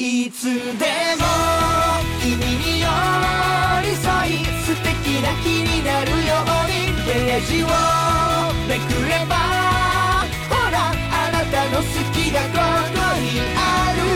いつでも君に寄り添い素敵な日になるようにページをめくればほらあなたの好きがここにある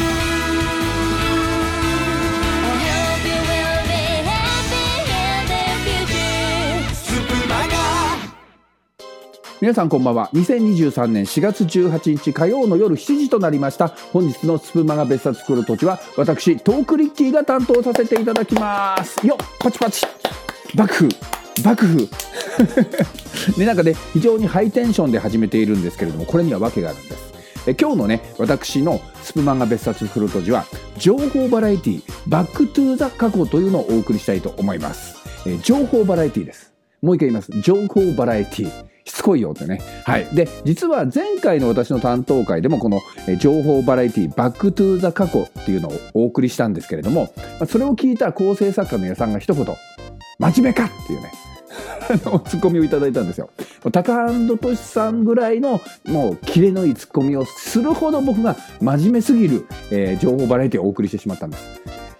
皆さんこんばんは。2023年4月18日火曜の夜7時となりました。本日のスプマガ別冊作る土地は私トークリッキーが担当させていただきますよ。パチパチ爆風でなんかね非常にハイテンションで始めているんですけれども、これには訳があるんです。今日のね私のスプマガ別冊作る土地は情報バラエティバックトゥーザ過去というのをお送りしたいと思います。情報バラエティです。もう一回言います。情報バラエティしつこいよってね。はい。で、実は前回の私の担当会でもこの情報バラエティバックトゥーザ過去っていうのをお送りしたんですけれども、それを聞いた構成作家の皆さんが一言、真面目かっていうね、ツッコミをいただいたんですよ。タカアンドトシさんぐらいのもうキレのいいツッコミをするほど僕が真面目すぎる、情報バラエティをお送りしてしまったんです。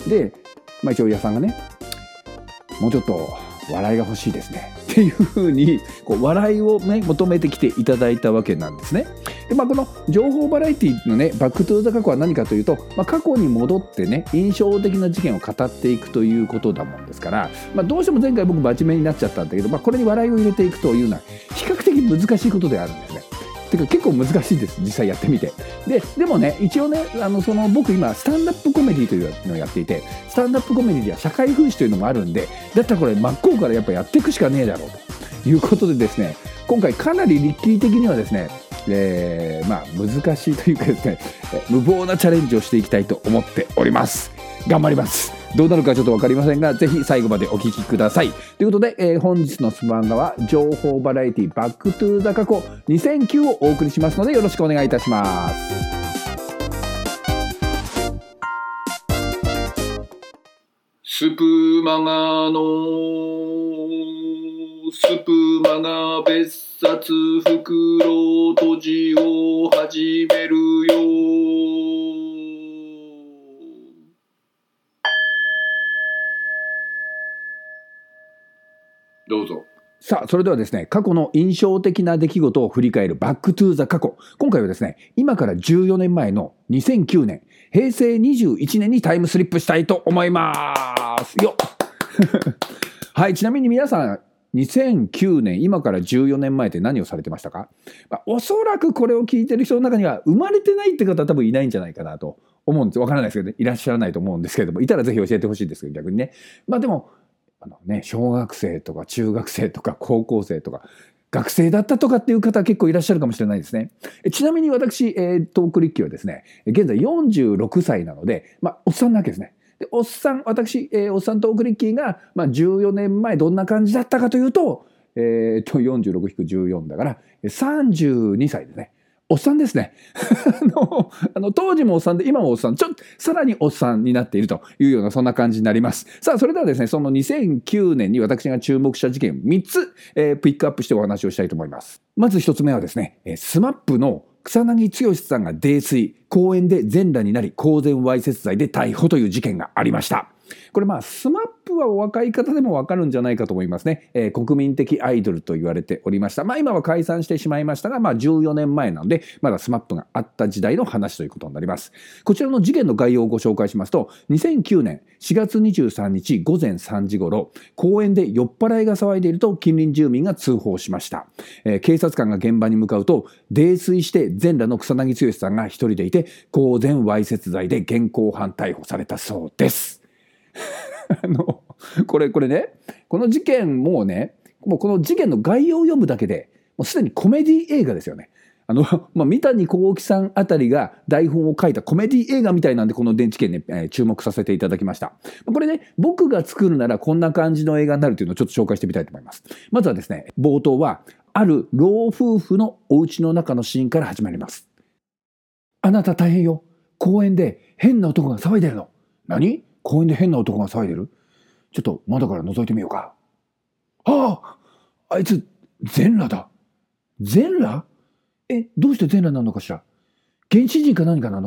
で、一応矢さんがね、もうちょっと笑いが欲しいですねっていうふうに笑いをね求めてきていただいたわけなんですね。で、この情報バラエティのねバックトゥーザ過去は何かというと、過去に戻ってね印象的な事件を語っていくということだもんですから、どうしても前回僕真面目になっちゃったんだけど、これに笑いを入れていくというのは比較的難しいことであるんですね。てか結構難しいです、実際やってみて。でもね一応ね僕今スタンダップコメディというのをやっていて、スタンダップコメディでは社会風刺というのもあるんで、だったらこれ真っ向からやっぱやっていくしかねえだろうということでですね、今回かなりリッキー的にはですね、難しいというかですね、無謀なチャレンジをしていきたいと思っております。頑張ります。どうなるかちょっと分かりませんが、ぜひ最後までお聞きください。ということで、本日のスマンガは情報バラエティバックトゥーザ過去2009をお送りしますのでよろしくお願いいたします。 スプマガのスプマガ別冊袋閉じを始めるよ。どうぞ。 さあ、それではですね、過去の印象的な出来事を振り返るバックトゥーザ過去。今回はですね、今から14年前の2009年、平成21年にタイムスリップしたいと思いますよはい、ちなみに皆さん、2009年、今から14年前って何をされてましたか？おそらくこれを聞いてる人の中には生まれてないって方は多分いないんじゃないかなと思うんです。わからないですけどね、いらっしゃらないと思うんですけれども、いたらぜひ教えてほしいんですけど、逆にね。でも、小学生とか中学生とか高校生とか学生だったとかっていう方は結構いらっしゃるかもしれないですね。ちなみに私、トークリッキーはですね、現在46歳なので、おっさんなわけですね。で、おっさんトークリッキーが、14年前どんな感じだったかというと、46-14だから32歳ですね。おっさんですね当時もおっさんで今もおっさん、ちょっとさらにおっさんになっているというようなそんな感じになります。さあ、それではですね、その2009年に私が注目した事件3つ、ピックアップしてお話をしたいと思います。まず1つ目はですね、スマップの草薙剛さんが泥酔、公園で全裸になり公然わいせつ罪で逮捕という事件がありました。これスマップはお若い方でもわかるんじゃないかと思いますね。国民的アイドルと言われておりました。今は解散してしまいましたが、14年前なので、まだスマップがあった時代の話ということになります。こちらの事件の概要をご紹介しますと、2009年4月23日午前3時頃、公園で酔っ払いが騒いでいると近隣住民が通報しました。警察官が現場に向かうと、泥酔して全裸の草薙剛さんが一人でいて、公然わいせつ罪で現行犯逮捕されたそうです。これね、この事件もうこの事件の概要を読むだけでもうすでにコメディ映画ですよね。三谷幸喜さんあたりが台本を書いたコメディ映画みたいなんで、この事件ね、注目させていただきました。これね、僕が作るならこんな感じの映画になるというのをちょっと紹介してみたいと思います。まずはですね、冒頭はある老夫婦のお家の中のシーンから始まります。あなた大変よ。公園で変な男が騒いでるの。何？公園で変な男が騒いでる？ちょっと窓から覗いてみようか。あいつ全裸だ。全裸？どうして全裸なのかしら。原始人か何かなの？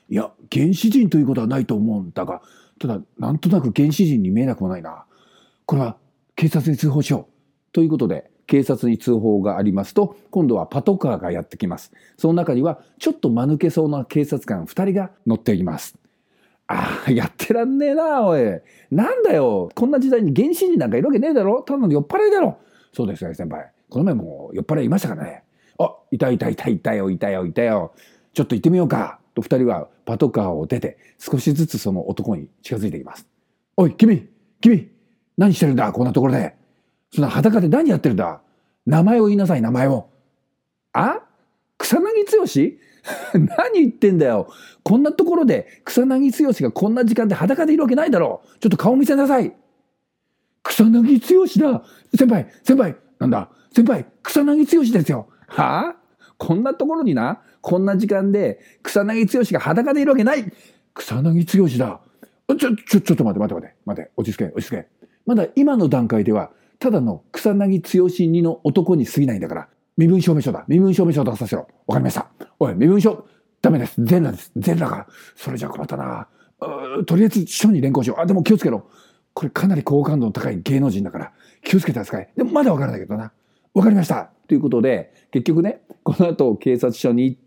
いや、原始人ということはないと思うんだが、ただ、なんとなく原始人に見えなくもないな。これは警察に通報しよう。ということで、警察に通報がありますと、今度はパトカーがやってきます。その中には、ちょっと間抜けそうな警察官2人が乗っています。ああ、やってらんねえな、おい。なんだよ。こんな時代に原始人なんかいるわけねえだろ。ただの酔っ払いだろ。そうですよ、先輩。この前も酔っ払いいましたからね。あ、いたよ。ちょっと行ってみようか。と2人はパトカーを出て、少しずつその男に近づいていきます。おい、君、何してるんだ、こんなところで。そんな裸で何やってるんだ。名前を言いなさい、名前を。あ？草薙剛？何言ってんだよ。こんなところで草薙剛がこんな時間で裸でいるわけないだろう。ちょっと顔見せなさい。草薙剛だ。先輩。なんだ。先輩、草薙剛ですよ。はあ？こんなところにな、こんな時間で草薙剛が裸でいるわけない。草薙剛だ。ちょっと待て。落ち着け。まだ今の段階では、ただの草薙剛2の男に過ぎないんだから、身分証明書出させろ。わかりました。おい、身分証、ダメです。全裸か。それじゃ困ったな。とりあえず署に連行しよう。あ、でも気をつけろ。これかなり好感度の高い芸能人だから、気をつけて扱い。でもまだわからないけどな。わかりました。ということで、結局ね、この後警察署に行って、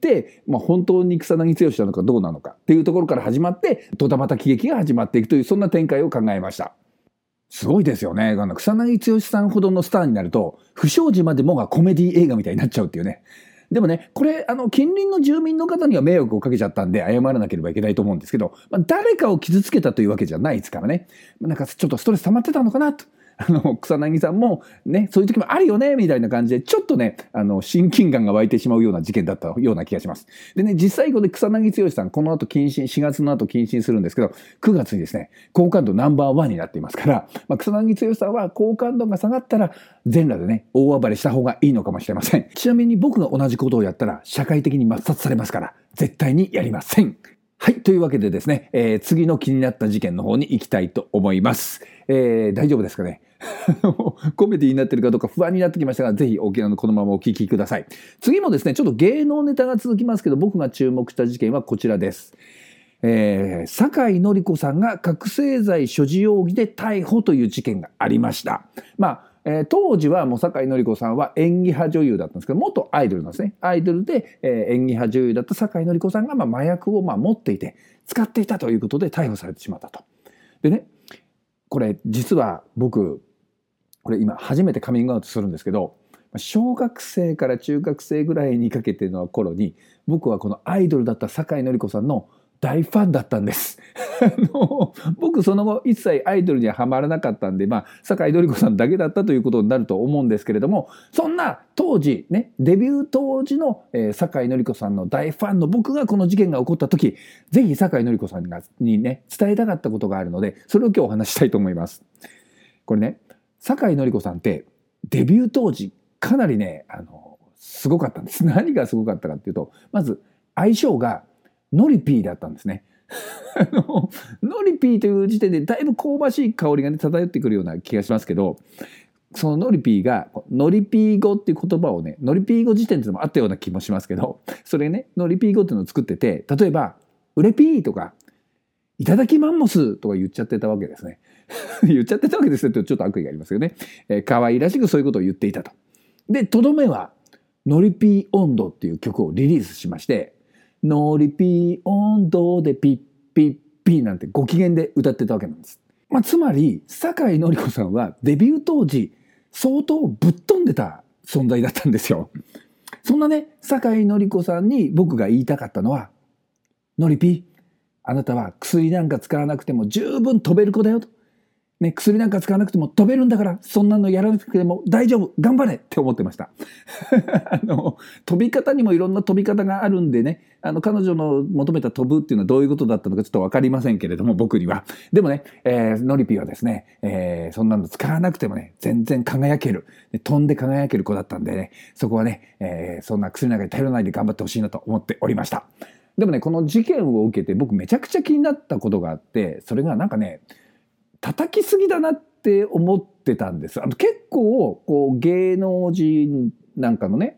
本当に草薙剛なのかどうなのかっていうところから始まって、ドタバタ喜劇が始まっていくという、そんな展開を考えました。すごいですよね。草薙剛さんほどのスターになると、不祥事までもがコメディ映画みたいになっちゃうっていうね。でもね、これ、近隣の住民の方には迷惑をかけちゃったんで、謝らなければいけないと思うんですけど、誰かを傷つけたというわけじゃないですからね。なんかちょっとストレス溜まってたのかなと。草薙さんもね、そういう時もあるよね、みたいな感じで、ちょっとね、親近感が湧いてしまうような事件だったような気がします。でね、実際これ草薙剛さん、この後4月の後謹慎するんですけど、9月にですね、好感度ナンバー1になっていますから、草薙剛さんは好感度が下がったら、全裸でね、大暴れした方がいいのかもしれません。ちなみに僕が同じことをやったら、社会的に抹殺されますから、絶対にやりません。はい。というわけでですね、次の気になった事件の方に行きたいと思います。大丈夫ですかね。コメディになってるかどうか不安になってきましたが、ぜひこのままお聞きください。次もですね、ちょっと芸能ネタが続きますけど、僕が注目した事件はこちらです。酒井紀子さんが覚醒剤所持容疑で逮捕という事件がありました。当時はもう酒井紀子さんは演技派女優だったんですけど、元アイドルなんですね。アイドルで、演技派女優だった酒井紀子さんが麻薬を持っていて使っていたということで逮捕されてしまったと。でね、これ実は僕、これ今初めてカミングアウトするんですけど、小学生から中学生ぐらいにかけての頃に、僕はこのアイドルだった酒井紀子さんの大ファンだったんです。僕その後一切アイドルにはハマらなかったんで、酒井紀子さんだけだったということになると思うんですけれども、そんな当時ね、デビュー当時の、酒井紀子さんの大ファンの僕がこの事件が起こった時、ぜひ酒井紀子さんにね、伝えたかったことがあるので、それを今日お話ししたいと思います。これね、酒井紀子さんってデビュー当時かなりね、すごかったんです。何がすごかったかっていうと、まず愛称がノリピーだったんですね。ノリピーという時点でだいぶ香ばしい香りがね、漂ってくるような気がしますけど、そのノリピーが、ノリピー語っていう言葉をね、ノリピー語辞典っていうのもあったような気もしますけど、それね、ノリピー語っていうのを作ってて、例えば、ウレピーとか、いただきマンモスとか言っちゃってたわけですね。言っちゃってたわけですねってちょっと悪意がありますよね。可愛らしくそういうことを言っていたと。で、とどめは、ノリピー音頭っていう曲をリリースしまして、ノリピー音頭でピッピッピーなんてご機嫌で歌ってたわけなんです。つまり、酒井紀子さんはデビュー当時、相当ぶっ飛んでた存在だったんですよ。そんなね、酒井紀子さんに僕が言いたかったのは、ノリピー、あなたは薬なんか使わなくても十分飛べる子だよと。ね、薬なんか使わなくても飛べるんだから、そんなのやらなくても大丈夫、頑張れって思ってました。飛び方にもいろんな飛び方があるんでね、彼女の求めた飛ぶっていうのはどういうことだったのかちょっとわかりませんけれども、僕には。でもね、ノリピーはですね、そんなの使わなくてもね、全然輝ける、飛んで輝ける子だったんでね、そこはね、そんな薬なんかに頼らないで頑張ってほしいなと思っておりました。でもね、この事件を受けて僕めちゃくちゃ気になったことがあって、それがなんかね、叩きすぎだなって思ってたんです。結構こう芸能人なんかのね、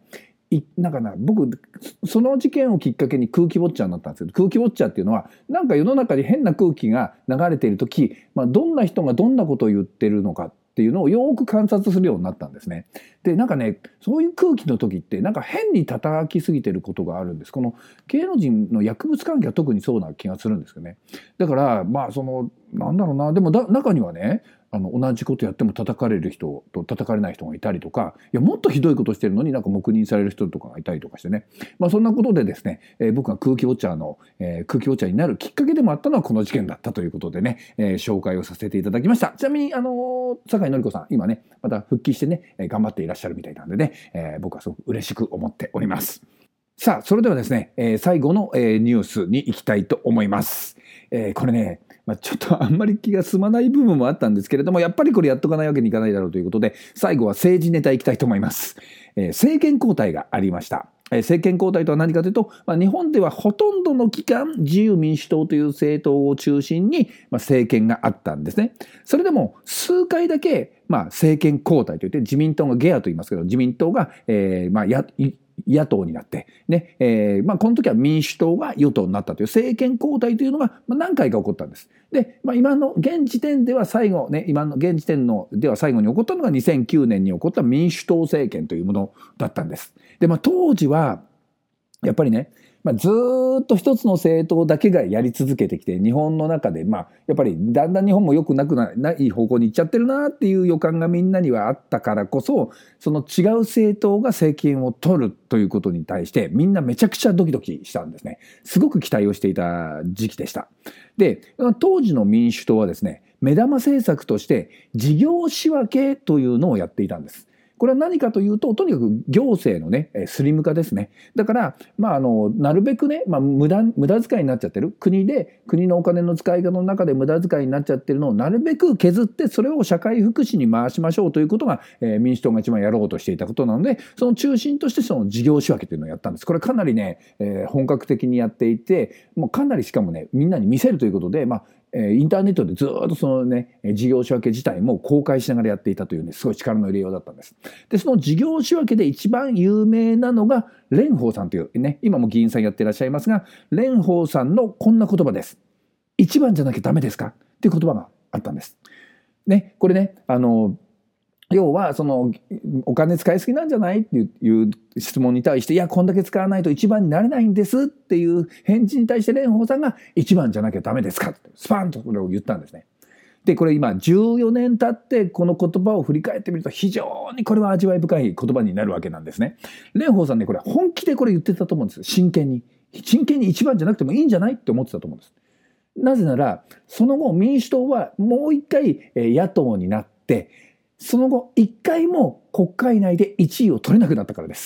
なんか僕その事件をきっかけに空気ウォッチャーになったんですけど、空気ウォッチャーっていうのはなんか世の中に変な空気が流れている時、どんな人がどんなことを言ってるのかっていうのをよく観察するようになったんですね。でなんかね、そういう空気の時ってなんか変に叩きすぎてることがあるんです。この芸能人の薬物関係は特にそうな気がするんですよね。だからなんだろうな、でも中にはね、同じことやっても叩かれる人と叩かれない人がいたりとか、いやもっとひどいことしてるのになんか黙認される人とかがいたりとかしてね、そんなことでですね、僕が空気ウォッチャーになるきっかけでもあったのはこの事件だったということでね、紹介をさせていただきました。ちなみに酒井紀子さん今ねまた復帰してね、頑張っていらっしゃるみたいなんでね、僕はすごく嬉しく思っております。さあそれではですね、最後の、ニュースに行きたいと思います。これね、ちょっとあんまり気が済まない部分もあったんですけれども、やっぱりこれやっとかないわけにいかないだろうということで、最後は政治ネタいきたいと思います。政権交代がありました。政権交代とは何かというと、日本ではほとんどの期間自由民主党という政党を中心に、政権があったんですね。それでも数回だけ、政権交代といって自民党がゲアと言いますけど、自民党が、野党になってね、この時は民主党が与党になったという政権交代というのが何回か起こったんです。で、今の現時点では最後ね、では最後に起こったのが2009年に起こった民主党政権というものだったんです。で、当時はやっぱりね、ずっと一つの政党だけがやり続けてきて、日本の中でやっぱりだんだん日本も良くない方向に行っちゃってるなっていう予感がみんなにはあったからこそ、その違う政党が政権を取るということに対してみんなめちゃくちゃドキドキしたんですね。すごく期待をしていた時期でした。で、当時の民主党はですね、目玉政策として事業仕分けというのをやっていたんです。これは何かというと、とにかく行政のね、スリム化ですね。だから、なるべくね、無駄遣いになっちゃってる。国のお金の使い方の中で無駄遣いになっちゃってるのをなるべく削って、それを社会福祉に回しましょうということが、民主党が一番やろうとしていたことなので、その中心としてその事業仕分けというのをやったんです。これかなりね、本格的にやっていて、もうかなりしかもね、みんなに見せるということで、インターネットでずっとそのね、事業仕分け自体も公開しながらやっていたというね、すごい力の入れようだったんです。で、その事業仕分けで一番有名なのが蓮舫さんというね、今も議員さんやっていらっしゃいますが、蓮舫さんのこんな言葉です。一番じゃなきゃダメですかっていう言葉があったんです。ね、これね、要はそのお金使いすぎなんじゃないっていう質問に対して、いやこんだけ使わないと一番になれないんですっていう返事に対して蓮舫さんが一番じゃなきゃダメですかってスパンとそれを言ったんですね。でこれ今14年経ってこの言葉を振り返ってみると非常にこれは味わい深い言葉になるわけなんですね。蓮舫さんね、これ本気でこれ言ってたと思うんです。真剣に一番じゃなくてもいいんじゃないって思ってたと思うんです。なぜならその後民主党はもう一回野党になって、その後一回も国会内で1位を取れなくなったからです。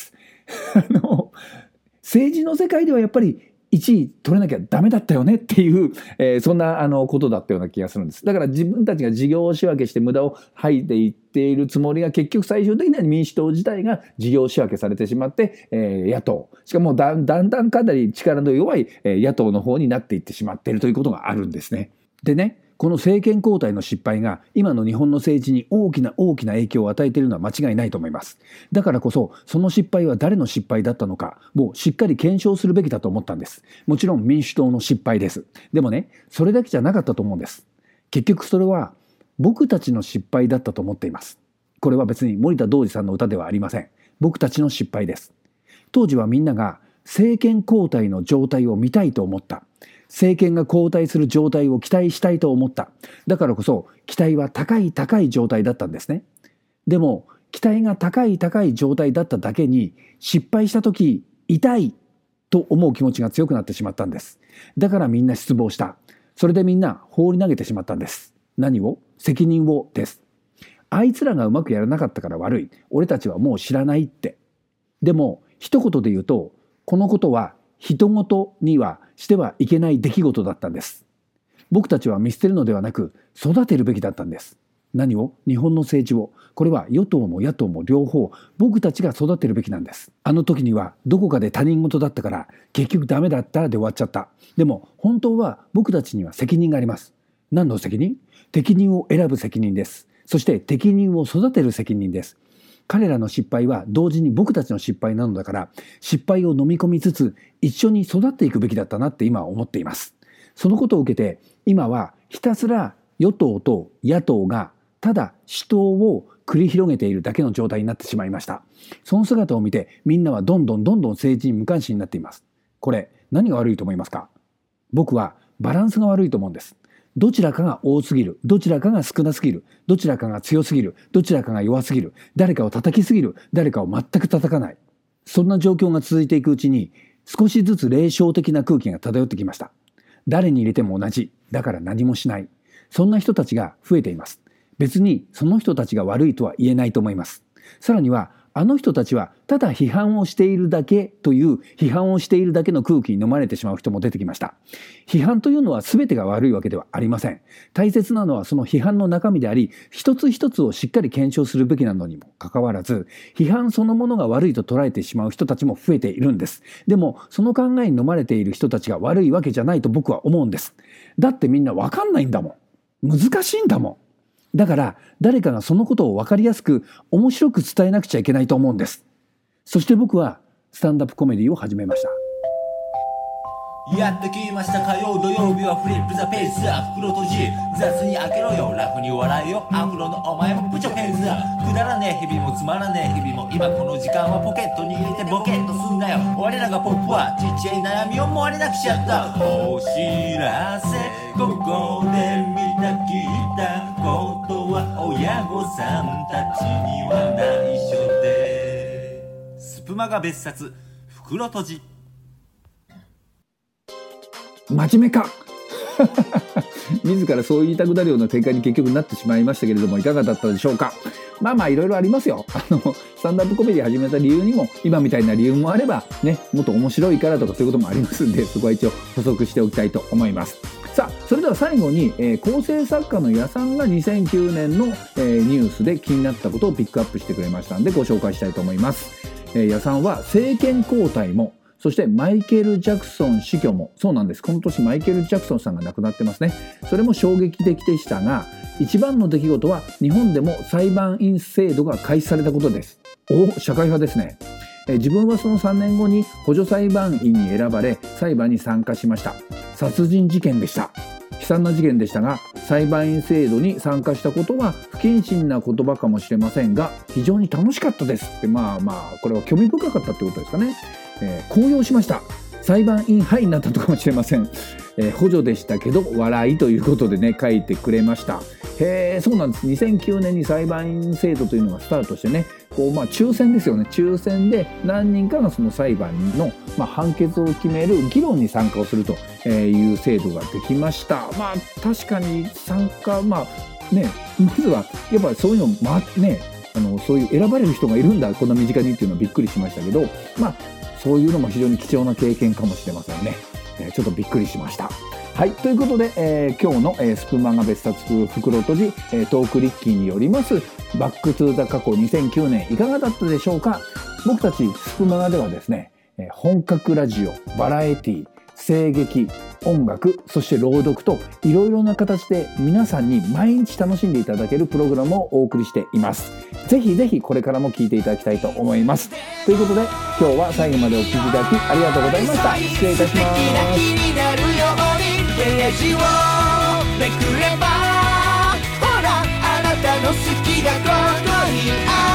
政治の世界ではやっぱり1位取れなきゃダメだったよねっていう、そんなことだったような気がするんです。だから自分たちが事業仕分けして無駄を吐いていっているつもりが、結局最終的には民主党自体が事業仕分けされてしまって、野党、しかもだんだんかなり力の弱い、野党の方になっていってしまっているということがあるんですね。でね、この政権交代の失敗が今の日本の政治に大きな影響を与えているのは間違いないと思います。だからこそその失敗は誰の失敗だったのかもうしっかり検証するべきだと思ったんです。もちろん民主党の失敗です。でもね、それだけじゃなかったと思うんです。結局それは僕たちの失敗だったと思っています。これは別に森田童子さんの歌ではありません。僕たちの失敗です。当時はみんなが政権交代の状態を見たいと思った。政権が交代する状態を期待したいと思った。だからこそ期待は高い状態だったんですね。でも期待が高い状態だっただけに、失敗した時痛いと思う気持ちが強くなってしまったんです。だからみんな失望した。それでみんな放り投げてしまったんです。何を？責任をです。あいつらがうまくやらなかったから悪い。俺たちはもう知らないって。でも一言で言うと、このことは人事にはしてはいけない出来事だったんです。僕たちは見捨てるのではなく育てるべきだったんです。何を？日本の政治を。これは与党も野党も両方僕たちが育てるべきなんです。あの時にはどこかで他人事だったから結局ダメだったで終わっちゃった。でも本当は僕たちには責任があります。何の責任？適任を選ぶ責任です。そして適任を育てる責任です。 彼らの失敗は同時に僕たちの失敗なのだから、失敗を飲み込みつつ一緒に育っていくべきだったなって今は思っています。そのことを受けて今はひたすら与党と野党がただ死闘を繰り広げているだけの状態になってしまいました。その姿を見てみんなはどんどん政治に無関心になっています。これ何が悪いと思いますか？僕はバランスが悪いと思うんです。どちらかが多すぎる、どちらかが少なすぎる、どちらかが強すぎる、どちらかが弱すぎる、誰かを叩きすぎる、誰かを全く叩かない。そんな状況が続いていくうちに少しずつ霊障的な空気が漂ってきました。誰に入れても同じ、だから何もしない。そんな人たちが増えています。別にその人たちが悪いとは言えないと思います。さらにはあの人たちはただ批判をしているだけという批判をしているだけの空気に飲まれてしまう人も出てきました。批判というのは全てが悪いわけではありません。大切なのはその批判の中身であり、一つ一つをしっかり検証するべきなのにもかかわらず、批判そのものが悪いと捉えてしまう人たちも増えているんです。でもその考えに飲まれている人たちが悪いわけじゃないと僕は思うんです。だってみんなわかんないんだもん。難しいんだもん。だから誰かがそのことを分かりやすく面白く伝えなくちゃいけないと思うんです。そして僕はスタンダップコメディを始めました。 やってきました火曜土曜日はフリップザペース袋閉じ雑に開けろよ楽に笑えよアフロのお前もプチョペースくだらねえ日々もつまらねえ日々も今この時間はポケットに入れてボケッとすんなよ我らがポップはちっちゃい悩みをもあれなくしちゃったお知らせここで見た聞いたことは親御さんたちには内緒でスプマガ別冊袋閉じ真面目か自らそう言いたくなるような展開に結局なってしまいましたけれども、いかがだったでしょうか。まあいろいろありますよ。スタンダップコメディ始めた理由にも今みたいな理由もあればね、もっと面白いからとかそういうこともありますんで、そこは一応補足しておきたいと思います。さあそれでは最後に、構成作家の矢さんが2009年の、ニュースで気になったことをピックアップしてくれましたのでご紹介したいと思います。矢さんは政権交代も、そしてマイケル・ジャクソン死去も、そうなんです、この年マイケル・ジャクソンさんが亡くなってますね。それも衝撃的でしたが、一番の出来事は日本でも裁判員制度が開始されたことです。社会派ですね。自分はその3年後に補助裁判員に選ばれ裁判に参加しました。殺人事件でした。悲惨な事件でしたが、裁判員制度に参加したことは不謹慎な言葉かもしれませんが非常に楽しかったですって、これは興味深かったってことですかね。高揚しました。裁判員派になったとかもしれません。補助でしたけど笑いということでね書いてくれました。そうなんです。2009年に裁判員制度というのがスタートしてね、抽選ですよね。抽選で何人かがその裁判の、判決を決める議論に参加をするという制度ができました。確かに参加まずはやっぱりそういうのそういう選ばれる人がいるんだこんな身近にっていうのはびっくりしましたけど、そういうのも非常に貴重な経験かもしれませんね。ちょっとびっくりしました。はい、ということで、今日の、スプマガ別冊袋閉じ、トークリッキーによりますバックトゥーザ過去2009年いかがだったでしょうか。僕たちスプマガではですね、本格ラジオ、バラエティ、声劇、音楽、そして朗読といろいろな形で皆さんに毎日楽しんでいただけるプログラムをお送りしています。ぜひぜひこれからも聞いていただきたいと思います。ということで今日は最後までお聞きいただきありがとうございました。失礼いたします。 ページをめくればほらあなたの好きがここにある